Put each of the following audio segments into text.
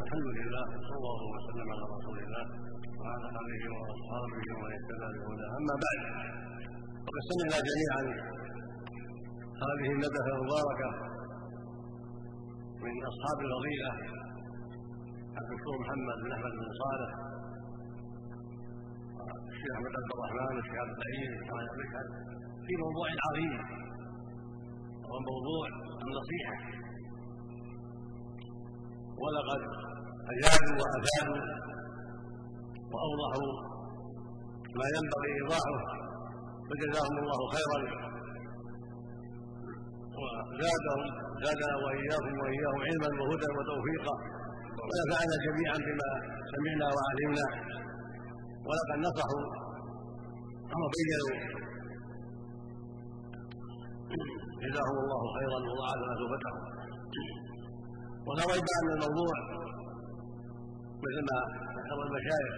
الحمد لله صلى الله وسلم على رسول الله وعلى اله واصحابه ومن اهتدى بهداه. اما بعد، وقد سمعنا جميعا هذه الندوه المباركه من اصحاب الفضيله الدكتور محمد بن احمد بن صالح والشيخ احمد عبد الرحمن والشيخ عبد العزيز في موضوع عظيم وهو موضوع النصيحه، ولقد أجابوا وأفادوا وأوضحوا ما ينبغي إيضاحه، فجزاهم الله خيرا وزادنا وإياكم وإياهم علما وهدى وتوفيقا، ونفعنا جميعا بما سمعنا وعلمنا. ولقد نصحوا وبينوا، جزاهم الله خيرا وضاعف مثوبتهم. ولا ريب ان الموضوع مثل ما ذكر المشايخ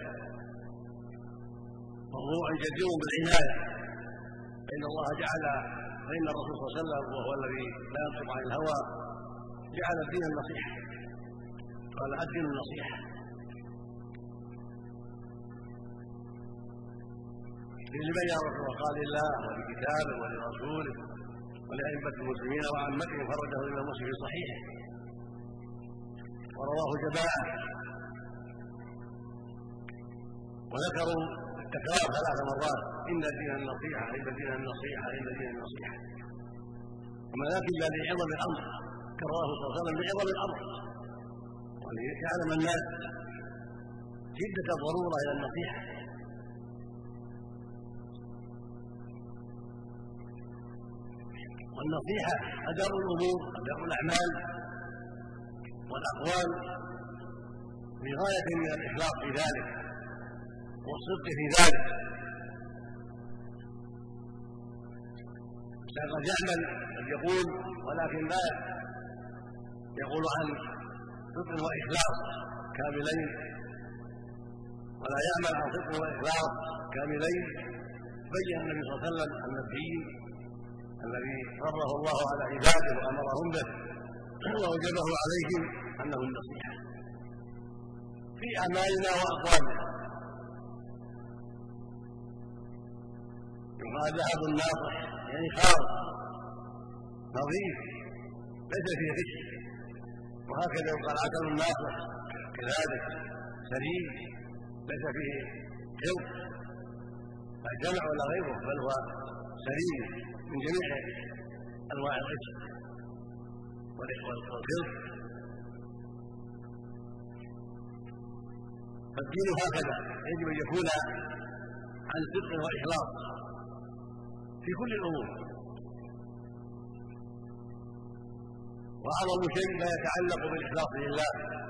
موضوع جدير بالعنايه، فان الله جعل، فان الرسول صلى الله عليه وسلم وهو الذي لا ينطق عن الهوى جعل الدين النصيحه، قال الدين النصيحه. لمن يا رسول الله؟ قال لله ولكتابه ولرسوله ولأئمة المسلمين وعامتهم، فرده الى مسلم في صحيحه ورواه جماعه، وذكروا التكرار 3 مرات: ان الدين النصيحه، ان الدين النصيحه، ان الدين النصيحه. وما ذاك الا لعظم الامر، كرره صلى الله عليه وسلم لعظم الامر، وليعلم الناس شده الضروره الى النصيحه. والنصيحه اداء الامور، اداء الاعمال والأقوال بغاية من الإخلاص في ذلك والصدق في ذلك. قد يعمل، قد يقول، ولكن لا يقول عن صدق وإخلاص كاملين، ولا يعمل عن صدق وإخلاص كاملين. بين النبي صلى الله عليه وسلم أن الدين الذي فرضه الله على عباده وأمرهم به ووجبه عليهم أنه النصيحة في أعمالنا وأقوالنا. يقال ذهب الناصح يعني خالص نظيف ليس فيه غش، وهكذا يقال عسل الناصح كذلك سليم ليس فيه خلط لا جمع ولا غيره، بل هو سليم من جميع أنواع الغش والخلط. فالدين هكذا يجب ان يكون عن صدق واخلاص في كل الامور، واعظم شيء لا يتعلق بالاخلاص لله،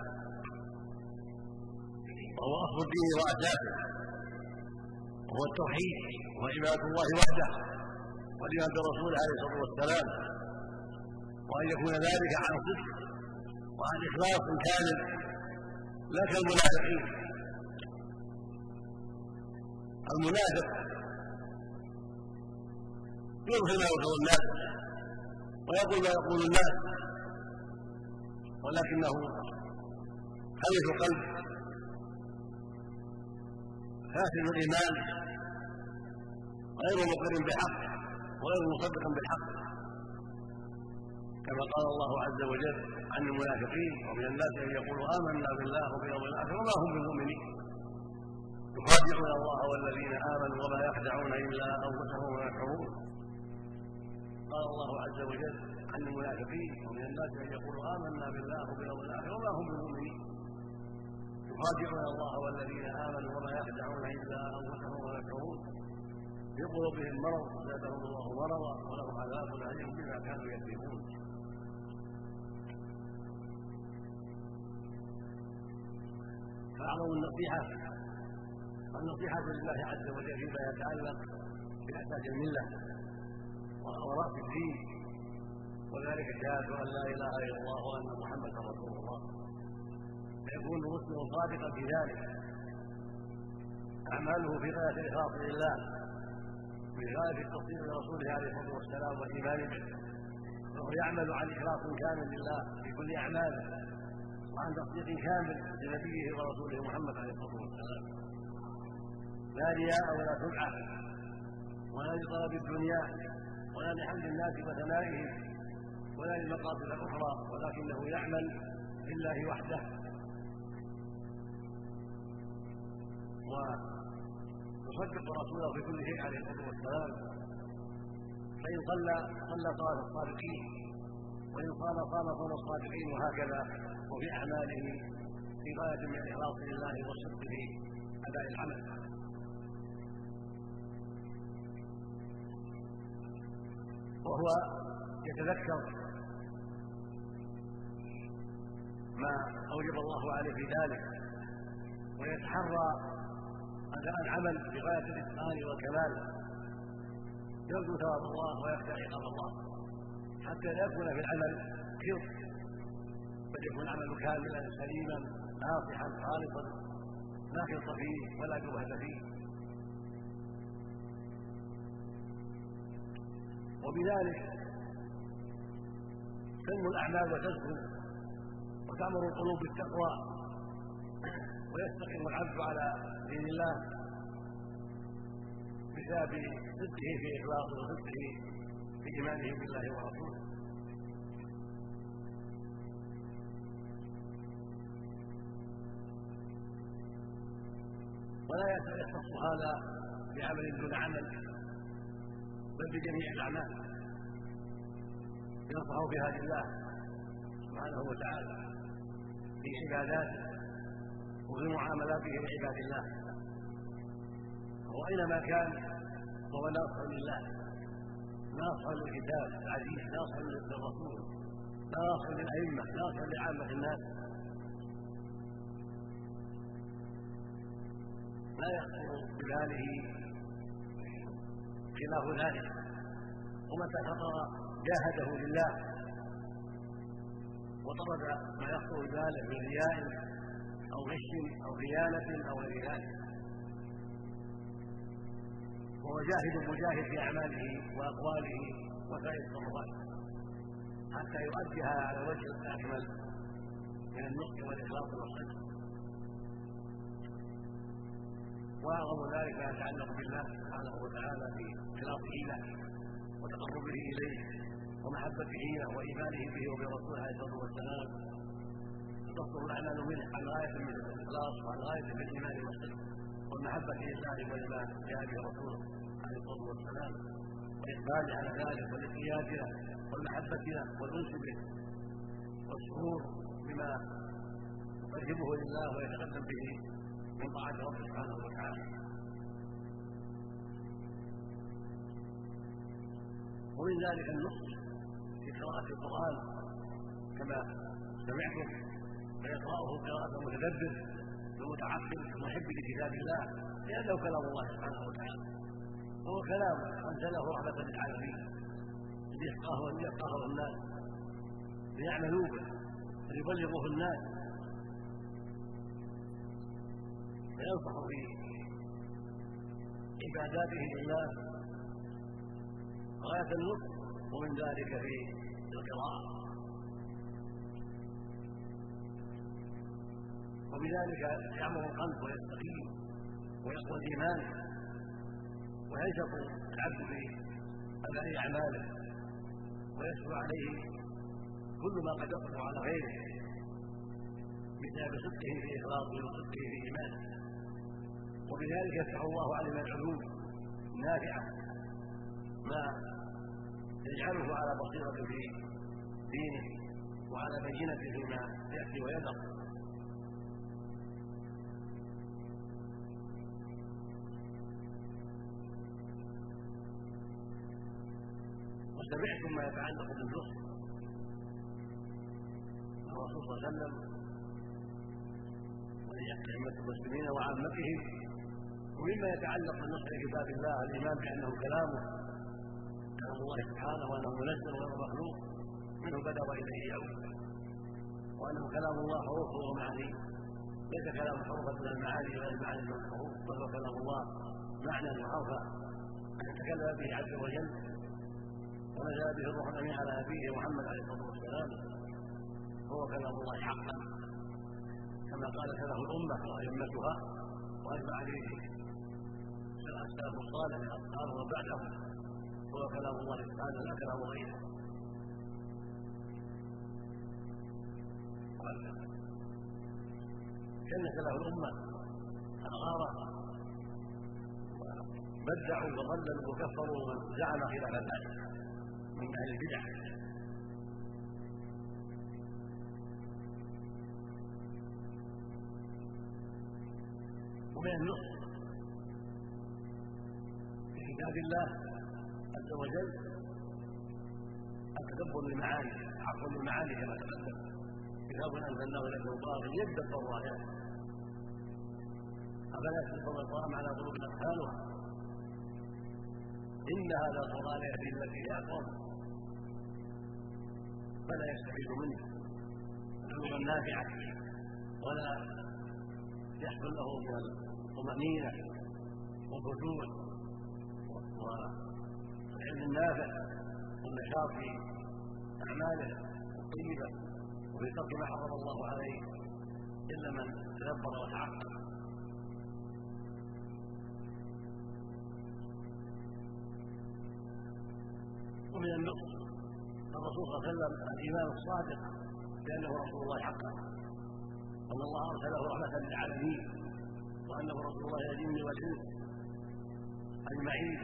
وهو اصل الدين واساسه، وهو التوحيد وعباده الله وحده والايمان برسوله عليه الصلاه والسلام، وأن يكون ذلك عن صدق وعن إخلاص كامل، لا كالمنافقين. المنافق يظهر ما يظهر الناس ويقول ما يقول الناس، ولكنه خبيث القلب فاسد الإيمان، غير مقر بحق وغير مصدق بالحق، كما قال الله عز وجل عن المنافقين: ومن الناس من يقول آمنا بالله وباليوم الآخر وما هم بمؤمنين يخادعون الله والذين آمنوا وما يخدعون إلا أنفسهم وما يشعرون. قال الله عز وجل عن المنافقين: ومن الناس من يقول آمنا بالله وباليوم الآخر وما هم بمؤمنين يخادعون الله والذين آمنوا وما يخدعون إلا أنفسهم وما يشعرون. في قلوبهم مرض زادهم الله مرضا ولهم عذاب أليم بما كانوا يكذبون. فأعظم النصيحة لله عز وجل فيما يتعلق بأساس الملة ورأس الدين، وذلك شهادة أن لا إله إلا الله وأن محمدا رسول الله، فيكون المسلم صادقا في ذلك، أعماله في غاية الإخلاص لله، في غاية التصديق لرسوله عليه الصلاة والسلام والإيمان به، وهو يعمل عن إخلاص كامل لله في كل أعماله، وعن تصديق كامل لنبيه ورسوله محمد عليه الصلاه والسلام، لا رياء ولا سمعه ولا لطلب الدنيا ولا لحمد الناس وثنائهم ولا للمقاصد الاخرى، ولكنه يعمل لله وحده ويصدق رسوله في كل شيء عليه الصلاه والسلام. فان صلى صلاه الصادقين، وان صام صوم الصادقين، وهكذا. وفي اعماله في غايه من الاخلاص لله والصدق في اداء العمل. وهو يتذكر ما اوجب الله عليه في ذلك، ويتحرى اداء العمل بغايه الاتقان والكمال، يرجو ثواب الله ويخشى عقاب الله، حتى لا يكون في العمل خلط، بل يكون العمل كاملا سليما ناصحا خالصا لا خلط فيه ولا جوهد فيه. وبذلك تنمو الاعمال وتزكو وتامر القلوب بالتقوى، ويستقيم العبد على دين الله بسبب صدقه في اخلاصه وصدقه في ايمانه بالله ورسوله. ولا يختص هذا بعمل دون عمل، بل بجميع الاعمال ينصح في هذه الله سبحانه وتعالى في عباداته وفي معاملاته لعباد الله، واينما كان فهو ناصح لله، ناصح للكتاب العزيز، ناصح للرسول، ناصح للائمه، ناصح لعامه الناس، لا يخطر بباله خلاف ذلك، ومتى خطر جاهده لله وطرد ما يخطر بباله من رياء او غش او خيانه او غير ذلك. وهو جاهد مجاهد في اعماله واقواله وسائر التصرفات حتى يؤديها على الوجه الاكمل من النصح والاخلاص والصدق. واعظم ذلك ما يتعلق بالله سبحانه وتعالى في اخلاصه له وتقربه اليه ومحبته له وايمانه به وبرسوله عليه الصلاه والسلام، تصدر الاعمال منه عن غايه من الاخلاص وعن غايه من الايمان والصدق والمحبه لله ولما جاء به رسوله عليه الصلاه والسلام، والاقبال على ذلك والانقياد له والمحبه له والانس به والسرور بما يقربه لله ويتقدم به من طاعه ربه سبحانه وتعالى. ومن ذلك النصح في قراءة القرآن كما سمعتم، فيقرأه قراءة متدبر ومتعقل محب لكتاب الله، لأنه كلام الله سبحانه وتعالى، وهو كلام أنزله رحمة للعالمين ليفقهه الناس ليعملوا به ليبلغه الناس، فينصح في عباداته لله غاية النصح، ومن ذلك في القراءة. وبذلك يعمر القلب ويستقيم ويقوى الإيمان وينشط العبد في أداء أعماله ويسهل عليه كل ما قد يقدر على غيره بسبب صدقه في إخلاصه وصدقه في إيمانه. وبذلك يفتح الله عليه من العلوم النافعة ما يجعله على بصيرة في دينه وعلى بينة فيما يأتي ويذر. وسمعتم ما يتعلق بالنصح الرسول صلى الله عليه وسلم ولأئمة المسلمين وعامتهم، ومما يتعلق بالنصح لكتاب الله الإيمان بأنه كلام الله سبحانه وأنه منزل غير مخلوق منه بدا وإليه يعود، وأنه كلام الله حروفه ومعانيه ليس كلام حروفا من المعاني ولا المعاني من الحروف، بل هو كلام الله معنى وحرفا تكلم به عز وجل ونزل به الروح الأمين على نبيه محمد عليه الصلاة والسلام، هو كلام الله حقا كما قال سلف الامه وائمتها واجمع عليه السلف الصالح اصحابه وبعدهم هو كلام الله سبحانه لا كلام غيره. كان سلف الامه اغارا وبدعوا وضللوا وكفروا من زعم خلاف ذلك من اهل البدع. ومن النص في كتاب الله عز وجل التدبر للمعاني عقل المعاني كما تقدم كتاب انزلناه اليك مبارك يدبر اياته افلا يتدبرون القران على قلوب اقفالها ان هذا القران يهدي التي هي اقوم فلا يستفيد منه العلوم النافعه ولا يحصل له من الطمأنينة والخشوع والعلم النافع والنشاط في أعماله الطيبة وفي ترك ما حرم الله عليه إلا من تدبر وتعقل. ومن النص الرسول صلى الله عليه وسلم الإيمان الصادق بأنه رسول الله حقا وأن الله أرسله رحمة للعالمين وأنه رسول الله الجن والإنس أجمعين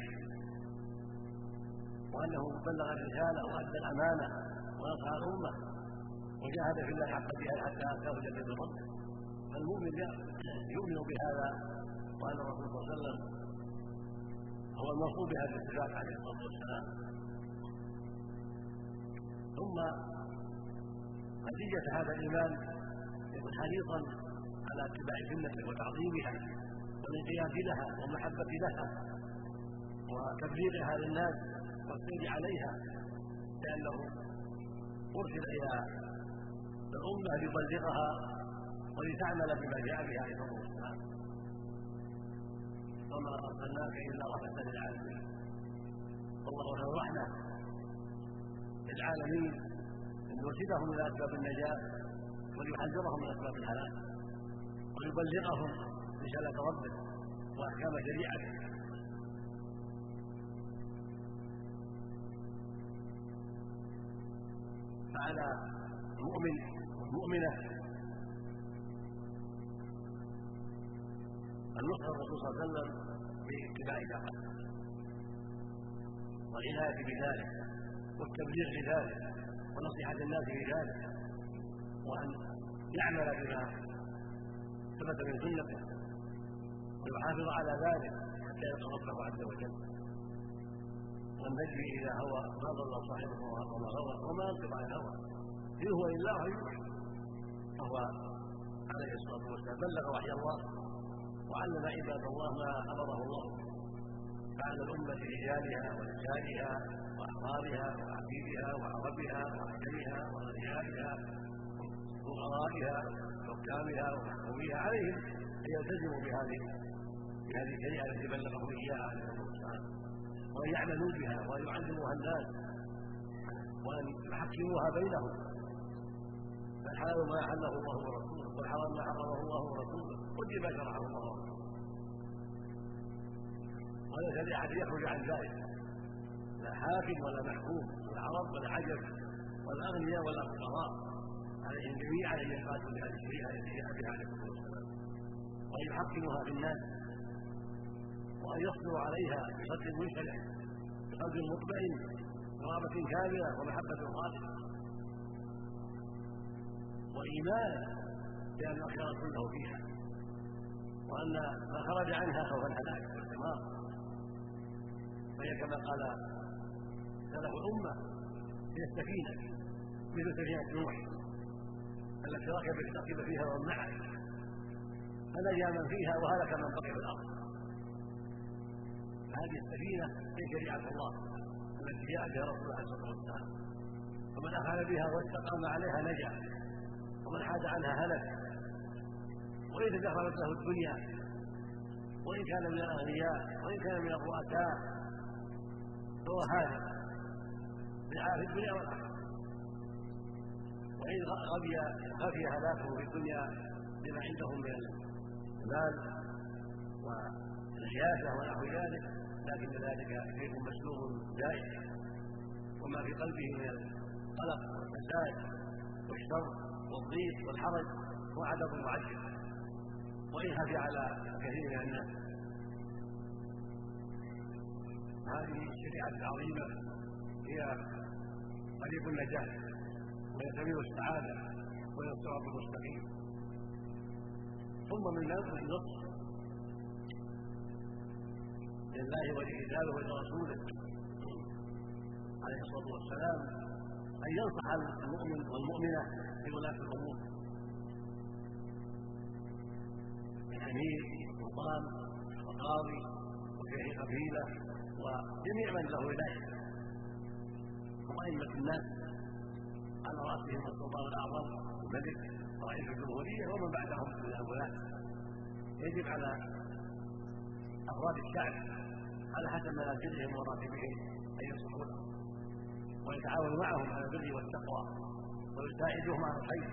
وأنه بلغ الرسالة وأدى الأمانة ونصح الأمة وجاهد في الله حق جهاده حتى أتاه الجنة بفضله. فالمؤمن يؤمن بهذا وأن الرسول صلى الله عليه وسلم هو الموصوف بهذه الصفات عليه الصلاة والسلام. ثم نتيجة هذا الإيمان يكون حريصا على اتباع سنته وتعظيمها والانقياد لها والمحبة لها وتبليغها للناس والسير عليها لأنه أرسل إلى الأمة ليبلغها ولتعمل بما جاء به عليه الصلاة والسلام. وما أرسلناك إلا رحمة للعالمين والله له رحمة للعالمين أن يرشدهم إلى أسباب النجاة وليحذرهم من أسباب الهلاك ويبلغهم رسالة ربه وأحكام شريعته. فعلى المؤمن والمؤمنة أن نصر الرسول صلى الله عليه وسلم باتباع دعوته والعناية بذلك والتبليغ لذلك ونصيحة الناس بذلك وأن يعمل بما ثبت من سنته ويحافظ على ذلك حتى يلقى ربه عز وجل. والنجم إذا هوى ما ضل صاحبه وما غوى وما ينطق عن الهوى إن هو إلا وحي يوحى. فهو عليه الصلاة والسلام بلغ وحي الله وعلم عباد الله ما أمره الله فعلى الأمة رجالها ونسائها وأحرارها وعبيدها وعربها وعجمها وأغنيائها وفقرائها وحكامها ومحكوميها عليهم أن يلتزموا بهذه الشريعة التي بلغهم إياها عليه الصلاة والسلام وأن يعملوا بها وأن يعلموها الناس وأن يحكموها بينهم. فالحلال ما أحله الله ورسوله والحرام ما حرمه الله ورسوله كل ما شرعه الله ورسوله وليس لأحد يخرج عن ذلك لا حاكم ولا محكوم ولا عرب ولا عجم ولا أغنياء ولا فقراء عليهم جميعا أن ينقادوا بهذه الشريعة التي جاء بها عليه الصلاة والسلام وأن يحكموها في الناس وأن يصبروا عليها بصدر منشرح بقلب مطمئن ورغبة كاملة ومحبة خالصة وإيمان بأن الخير كله فيها وأن ما خرج عنها هو الهلاك والدمار. فهي كما قال سلف الأمة هي السفينة مثل سفينة نوح التي ركب فيها والمعد فنجا من فيها وهلك من بقي في الأرض. هذه السفينة هي شريعة الله التي جاء بها رسول الله صلى الله عليه وسلم ومن أخذ بها واستقام عليها نجا ومن حاد عنها هلك. وإن دخلت له الدنيا وإن كان من الأغنياء وإن كان من الرؤساء فهو هذا في الدنيا والآخرة. وإن خفي هلاكه في الدنيا لما عندهم من المال والرياسة ونحو ذلك، لكن ذلك شيء مسلوب زائد، وما في قلبه من القلق والفساد والشر والضيق والحرج هو عدد معجل وإن خفي على كثير من الناس. هذه الشريعة العظيمة هي طريق النجاة وهي سبيل السعادة وهي الصراط المستقيم. ثم من النصح لله ولكتابه ولرسوله عليه الصلاة والسلام أن ينصح المؤمن والمؤمنة في ولاة الأمور، الأمير والسلطان والقاضي وشيخ قبيلة وجميع من له ولاية وأئمة الناس على رأسهم السلطان الأعظم الملك ورئيس الجمهورية ومن بعدهم من الولاة. يجب على أفراد الشعب على حسب منازلهم وراتبهم أن ينصحوا لهم ويتعاونوا معهم على البر والتقوى ويساعدوهم على الخير،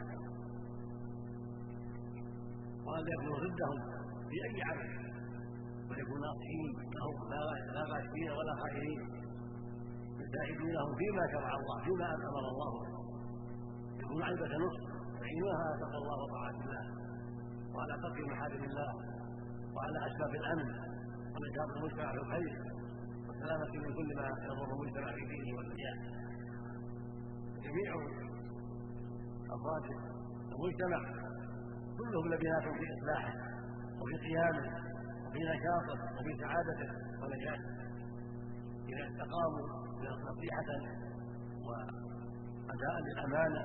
وأن يكونوا ضدهم في أي عمل، ويكونوا ناصحين لهم لا غاشين ولا خائرين، يساعدونهم فيما شرع الله فيما أمر الله به، يكون عيبة نصح يعينوها على تقوى الله وطاعة الله وعلى ترك محارم الله وعلى أسباب الأمن ونجاة المجتمع في الخير والسلامة من كل ما يضر المجتمع في دينه والدنيا. جميع أفراد المجتمع كلهم لبنات في إصلاحه وفي قيامه وفي نشاطه وفي سعادته ونجاته إذا استقاموا نصيحة وأداء للأمانة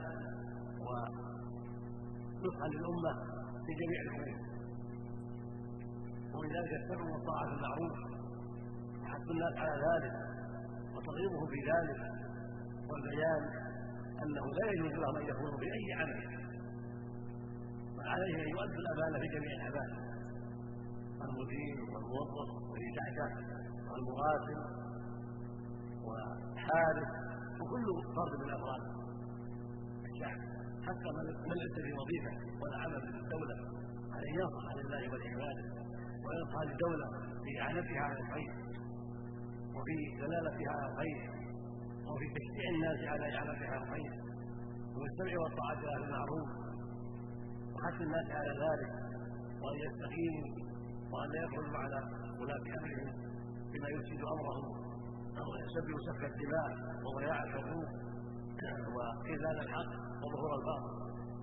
ونصحا للأمة في جميع الأمور. ومن ذلك السر والطاعة في المعروف وحث الناس على ذلك وترغيبهم في ذلك والبيان أنه لا يجوز لهم أن يكونوا في أي عمل، بل عليهم أن يؤدوا الأمانة في جميع الأعمال، المدير والموظف والشركة والمراسل والحارس وكل فرد من أفراد الشعب، حتى من ليس في وظيفة ولا عمل في الدولة على أن ينصح لله ولعباده وينصح للدولة في إعانتها على الخير وفي دلالتها على الخير وفي تشجيع الناس على إعانتها على الخير والسمع والطاعة لأهل المعروف وحث الناس على ذلك وأن يستقيموا وأن لا يدخلوا على ولاة أمرهم بما يفسد أمرهم أو يسبب سفك الدماء وضياع الحقوق وإذلال الحق وظهور الباطل.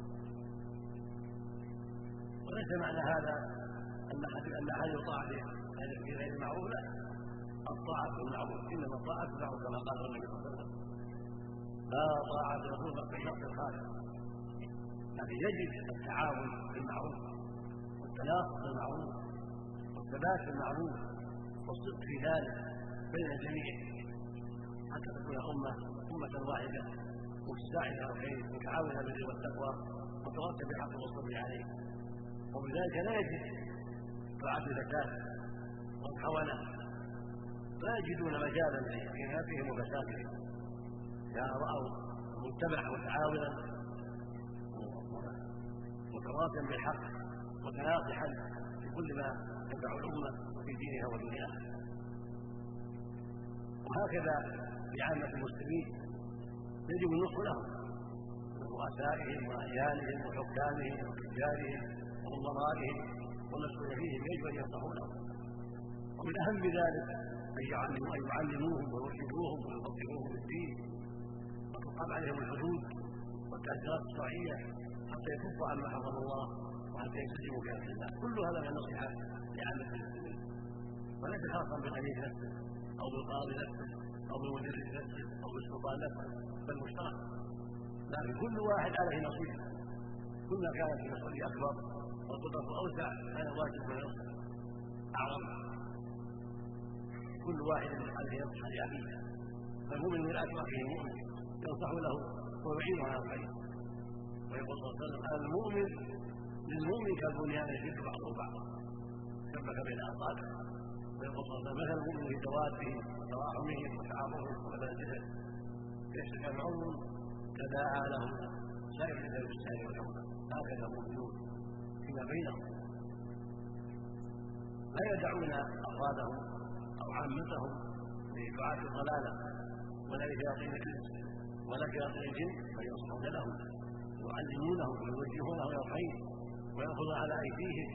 وليس معنى هذا أن أحد يطاع في غير المعروف، لا، الطاعة في المعروف إنما الطاعة في المعروف كما قال النبي صلى الله عليه وسلم لا طاعة لمخلوق في شرط الخالق، لكن يجب التعاون بالمعروف والتناصح بالمعروف والثبات في المعروف والصدق في ذلك بين الجميع حتى تكون أمة واحدة متساعدة على الخير متعاونة بالبر والتقوى متوسطة بالحق والصبر عليه. وبذلك لا يجب طاعة الزكاة والخونة لا يجدون مجالا لخلافهم وفسادهم إذا رأوا المجتمع متعاونا متواصلا بالحق متناصحا في كل ما ينفع الأمة في دينها ودنياها. وهكذا لعامة المسلمين يجب النصح لهم من رؤسائهم وأعيانهم وحكامهم وتجارهم ومنظرائهم والمسؤول فيهم يجب أن ينصحوا لهم، ومن أهم ذلك أن يعلموهم ويرشدوهم ويفقهوهم في الدين وتقام عليهم الحدود والتأثيرات الشرعية حتى يكفوا عما حرم الله وحتى يلتزموا بأمر الله. كل هذا من النصيحة لعامة المسلمين وليس خاصا بالأمير نفسه أو بالقاضي نفسه أو بالمدرس نفسه أو بالسلطان نفسه بل مشترك، لكن كل واحد عليه نصيحة كلما كانت المسؤولية أكبر والقدرة أوسع كان الواجب من أعظم. كل واحد عليه ينصح لأخيه، فالمؤمن من أشرفه المؤمن ينصح له ويعينه على الخير. ويقول صلى الله عليه وسلم المؤمن للمؤمن كالبنيان يشد بعضه بعضا شبك بين أعضائه. ويقول صلى الله عليه وسلم مثل المؤمن في تواده وتراحمه وتعاطفه ومبادئه يشتكى العظم تداعى له سائر الجسد والسائر والحمى. هكذا المؤمنون في فيما بينهم، لا يدعون افرادهم او عامتهم لدعاة الضلاله ولا لشياطين الانس ولا شياطين الجن، بل ينصحون لهم ويعلمونهم ويوجهونهم الى الخير ويأخذون على ايديهم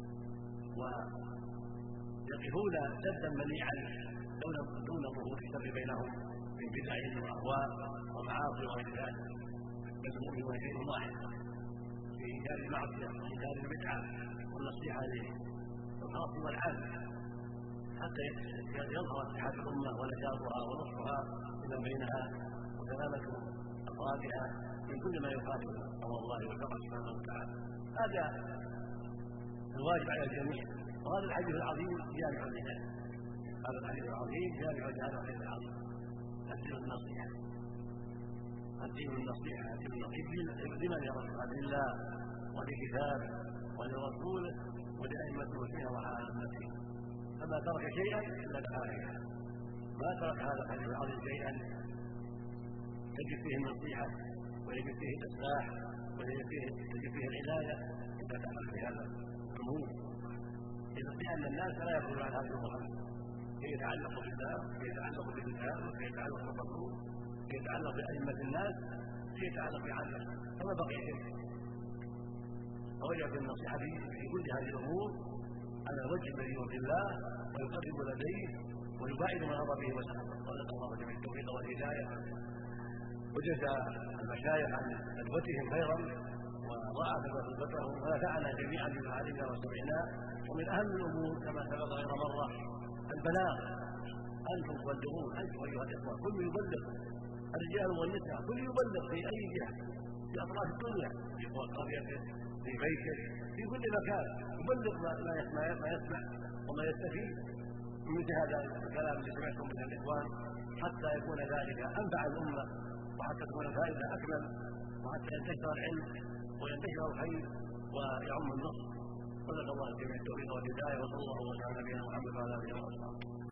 ويقفون سدا منيعا دون ظهور الشر بينهم من بدع واهواء ومعاصي وغير ذلك، بل المؤمنون شيء واحد في انكار المعصيه وانكار البدعه والنصيحه للخاص والعام حتى يظهر اتحاد الامه ونشاطها ونصحها فيما بينها وسلامه افرادها من كل ما يخالف امر الله وشرعه سبحانه وتعالى. هذا الواجب على الجميع، وهذا الحديث العظيم جامع لذلك. هذا الحديث العظيم جامع لهذا الخير العظيم. الدين النصيحه، الدين النصيحه، الدين النصيحه لمن يرى لله ولكتابه ولرسوله ولأئمة المسلمين وعامتهم، فما ترك شيئا الا دخل عليها، ما ترك هذا الحديث العظيم شيئا تجد فيه النصيحه ويجد فيه الاصلاح وتجد فيه العنايه الا دخل في هذا الامور، لان الناس لا يقولون عن هذه الامور كي يتعلقوا بالله كي يتعلقوا بالكتاب كي يتعلقوا بالرسول كي يتعلق بأئمة الناس كي يتعلق بعامة، فما بقي شيء. فوجب النصيحة في كل هذه الأمور على الوجه الذي يرضي الله ويقرب لديه ويباعد من غضب به وسخطه. صدق الله جميع التوفيق والهداية، وجزى المشايخ عن ندوتهم خيرا وضاعف مثوبتهم ونفعنا جميعا بما علمنا وسمعنا. ومن أهم الأمور كما سبق غير مرة البلاغ، أنتم تبلغون، أنتم أيها الإخوة كل يبلغ، الرجال والنساء كل يبلغ في أي جهة في أطراف الدنيا، في قريته في بيته في كل مكان، يبلغ ما يسمع وما يستفيد من مثل هذا الكلام الذي سمعتم من الإخوان، حتى يكون ذلك أنفع الأمة وحتى تكون الفائدة أكمل وحتى ينتشر العلم وينتشر الخير ويعم النصر. صدق الله جميع التوفيق والهداية، وصلى الله وسلم على نبينا محمد وعلى آله وصحبه.